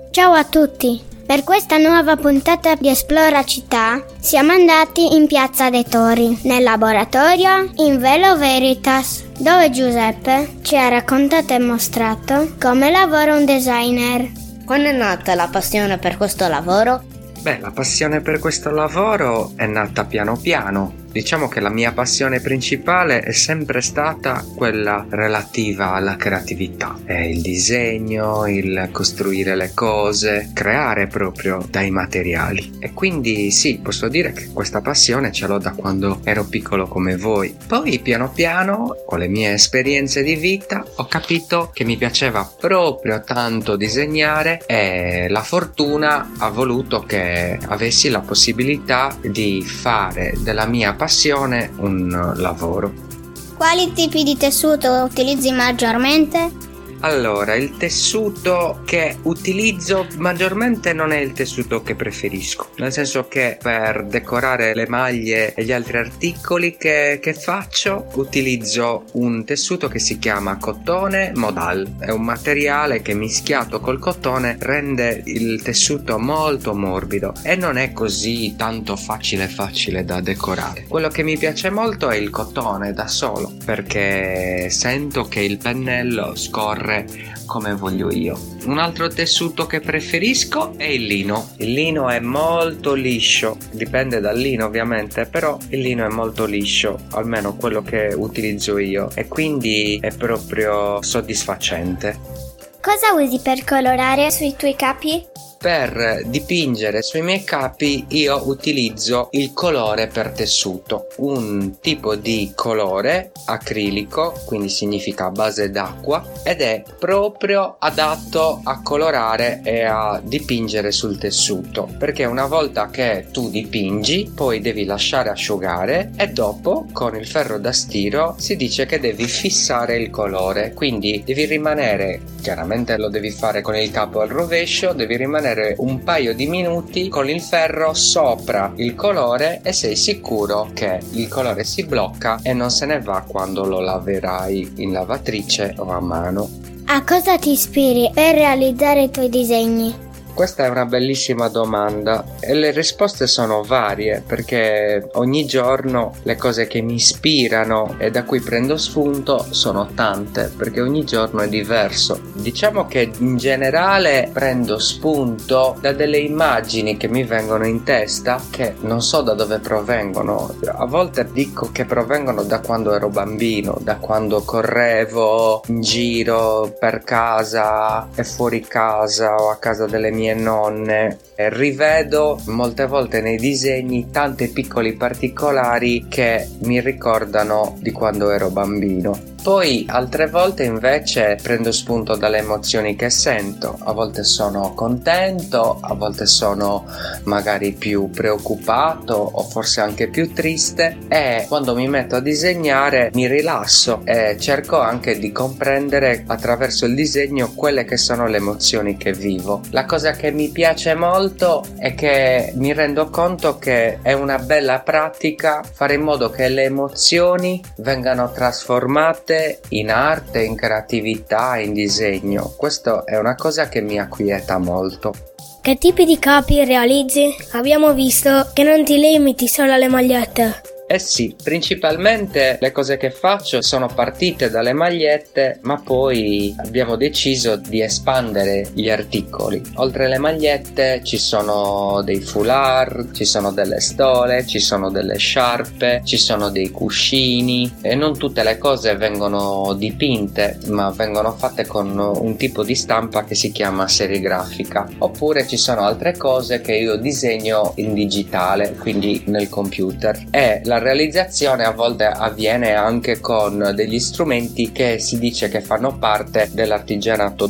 Ciao a tutti! Per questa nuova puntata di Esplora Città siamo andati in Piazza dei Tori, nel laboratorio in Velo Veritas, dove Giuseppe ci ha raccontato e mostrato come lavora un designer. Quando è nata la passione per questo lavoro? La passione per questo lavoro è nata piano piano. Diciamo che la mia passione principale è sempre stata quella relativa alla creatività. È il disegno, il costruire le cose, creare proprio dai materiali. E quindi sì, posso dire che questa passione ce l'ho da quando ero piccolo come voi. Poi piano piano, con le mie esperienze di vita, ho capito che mi piaceva proprio tanto disegnare e la fortuna ha voluto che avessi la possibilità di fare della mia passione un lavoro. Quali tipi di tessuto utilizzi maggiormente? Allora, il tessuto che utilizzo maggiormente non è il tessuto che preferisco, nel senso che per decorare le maglie e gli altri articoli che faccio utilizzo un tessuto che si chiama cotone modal. È un materiale che mischiato col cotone rende il tessuto molto morbido e non è così tanto facile da decorare. Quello che mi piace molto è il cotone da solo, perché sento che il pennello scorre come voglio io. Un altro tessuto che preferisco è il lino. Il lino è molto liscio, dipende dal lino ovviamente, però il lino è molto liscio, almeno quello che utilizzo io, e quindi è proprio soddisfacente. Cosa usi per colorare sui tuoi capi? Per dipingere sui miei capi io utilizzo il colore per tessuto, un tipo di colore acrilico, quindi significa a base d'acqua, ed è proprio adatto a colorare e a dipingere sul tessuto, perché una volta che tu dipingi poi devi lasciare asciugare e dopo con il ferro da stiro si dice che devi fissare il colore, quindi devi rimanere, chiaramente lo devi fare con il capo al rovescio, devi rimanere un paio di minuti con il ferro sopra il colore e sei sicuro che il colore si blocca e non se ne va quando lo laverai in lavatrice o a mano. A cosa ti ispiri per realizzare i tuoi disegni? Questa è una bellissima domanda e le risposte sono varie, perché ogni giorno le cose che mi ispirano e da cui prendo spunto sono tante, perché ogni giorno è diverso. Diciamo che in generale prendo spunto da delle immagini che mi vengono in testa che non so da dove provengono. A volte dico che provengono da quando ero bambino, da quando correvo in giro per casa e fuori casa o a casa delle mie nonne, e rivedo molte volte nei disegni tanti piccoli particolari che mi ricordano di quando ero bambino. Poi altre volte invece prendo spunto dalle emozioni che sento. A volte sono contento, a volte sono magari più preoccupato o forse anche più triste, e quando mi metto a disegnare mi rilasso e cerco anche di comprendere attraverso il disegno quelle che sono le emozioni che vivo. La cosa che mi piace molto è che mi rendo conto che è una bella pratica fare in modo che le emozioni vengano trasformate in arte, in creatività, in disegno. Questo è una cosa che mi acquieta molto. Che tipi di capi realizzi? Abbiamo visto che non ti limiti solo alle magliette. Eh sì, principalmente le cose che faccio sono partite dalle magliette, ma poi abbiamo deciso di espandere gli articoli. Oltre alle magliette ci sono dei foulard, ci sono delle stole, ci sono delle sciarpe, ci sono dei cuscini, e non tutte le cose vengono dipinte, ma vengono fatte con un tipo di stampa che si chiama serigrafica. Oppure ci sono altre cose che io disegno in digitale, quindi nel computer, e la realizzazione a volte avviene anche con degli strumenti che si dice che fanno parte dell'artigianato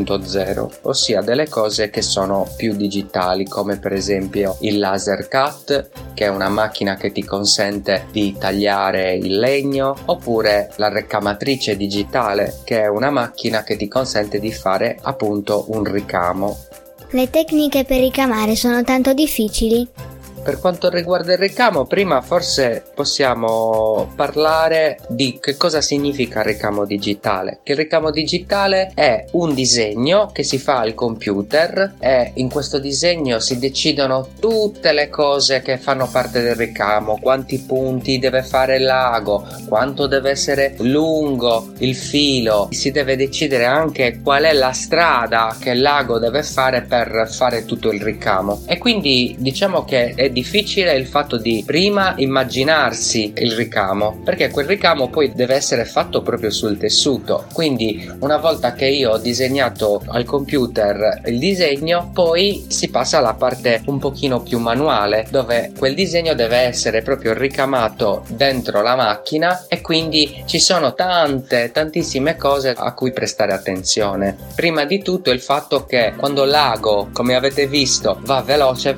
2.0, ossia delle cose che sono più digitali, come per esempio il laser cut, che è una macchina che ti consente di tagliare il legno, oppure la ricamatrice digitale, che è una macchina che ti consente di fare appunto un ricamo. Le tecniche per ricamare sono tanto difficili? Per quanto riguarda il ricamo, prima forse possiamo parlare di che cosa significa il ricamo digitale. Che il ricamo digitale è un disegno che si fa al computer e in questo disegno si decidono tutte le cose che fanno parte del ricamo, quanti punti deve fare il lago, quanto deve essere lungo il filo, si deve decidere anche qual è la strada che il lago deve fare per fare tutto il ricamo. E quindi diciamo che è difficile il fatto di prima immaginarsi il ricamo, perché quel ricamo poi deve essere fatto proprio sul tessuto. Quindi una volta che io ho disegnato al computer il disegno, poi si passa alla parte un pochino più manuale, dove quel disegno deve essere proprio ricamato dentro la macchina e quindi ci sono tantissime cose a cui prestare attenzione. Prima di tutto il fatto che quando il lago, come avete visto, va veloce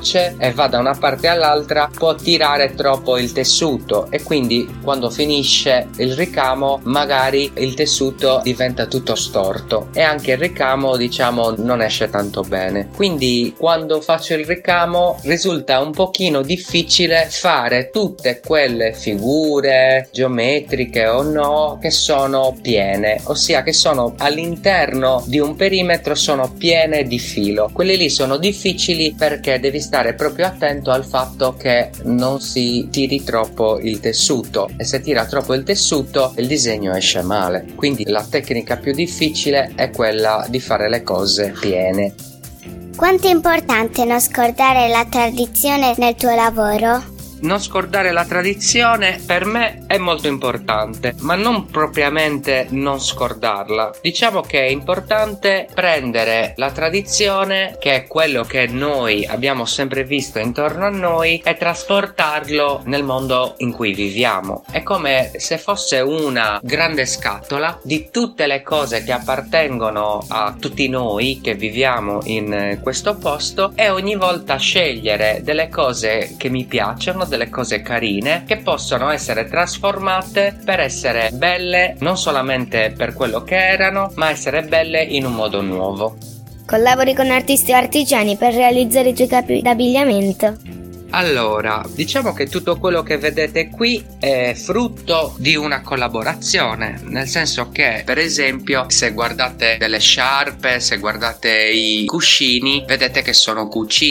e va da una parte all'altra, può tirare troppo il tessuto e quindi quando finisce il ricamo magari il tessuto diventa tutto storto e anche il ricamo, diciamo, non esce tanto bene. Quindi quando faccio il ricamo risulta un pochino difficile fare tutte quelle figure geometriche o no che sono piene, ossia che sono all'interno di un perimetro, sono piene di filo. Quelli lì sono difficili perché devi stare proprio attento al fatto che non si tiri troppo il tessuto, e se tira troppo il tessuto il disegno esce male. Quindi la tecnica più difficile è quella di fare le cose piene. Quanto è importante non scordare la tradizione nel tuo lavoro? Non scordare la tradizione per me è molto importante, ma non propriamente non scordarla. Diciamo che è importante prendere la tradizione, che è quello che noi abbiamo sempre visto intorno a noi, e trasportarlo nel mondo in cui viviamo. È come se fosse una grande scatola di tutte le cose che appartengono a tutti noi che viviamo in questo posto, e ogni volta scegliere delle cose che mi piacciono, delle cose carine che possono essere trasformate per essere belle non solamente per quello che erano, ma essere belle in un modo nuovo. Collabori con artisti o artigiani per realizzare i tuoi capi d'abbigliamento? Allora, diciamo che tutto quello che vedete qui è frutto di una collaborazione, nel senso che, per esempio, se guardate delle sciarpe, se guardate i cuscini, vedete che sono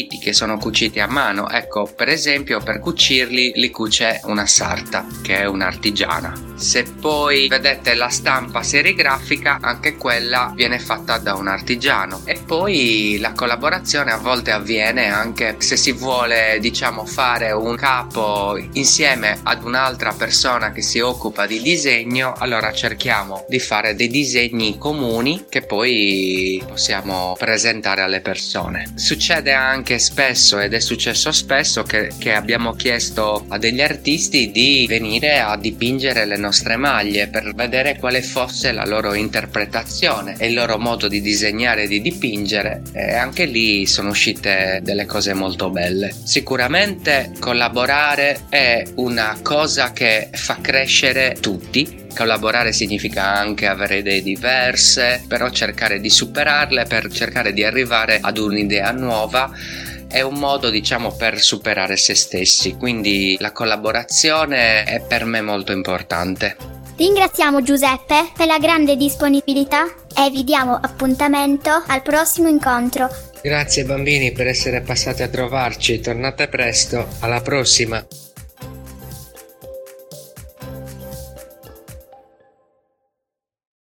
cuciti a mano. Ecco, per esempio, per cucirli li cuce una sarta, che è un'artigiana. Se poi vedete la stampa serigrafica, anche quella viene fatta da un artigiano. E poi la collaborazione a volte avviene anche se si vuole, diciamo, fare un capo insieme ad un'altra persona che si occupa di disegno. Allora cerchiamo di fare dei disegni comuni che poi possiamo presentare alle persone. Succede anche spesso, ed è successo spesso, che abbiamo chiesto a degli artisti di venire a dipingere le nostre maglie per vedere quale fosse la loro interpretazione e il loro modo di disegnare e di dipingere, e anche lì sono uscite delle cose molto belle. Sicuramente collaborare è una cosa che fa crescere tutti. Collaborare significa anche avere idee diverse, però cercare di superarle per cercare di arrivare ad un'idea nuova. È un modo, diciamo, per superare se stessi, quindi la collaborazione è per me molto importante. Ringraziamo Giuseppe per la grande disponibilità e vi diamo appuntamento al prossimo incontro. Grazie bambini per essere passati a trovarci, tornate presto, alla prossima!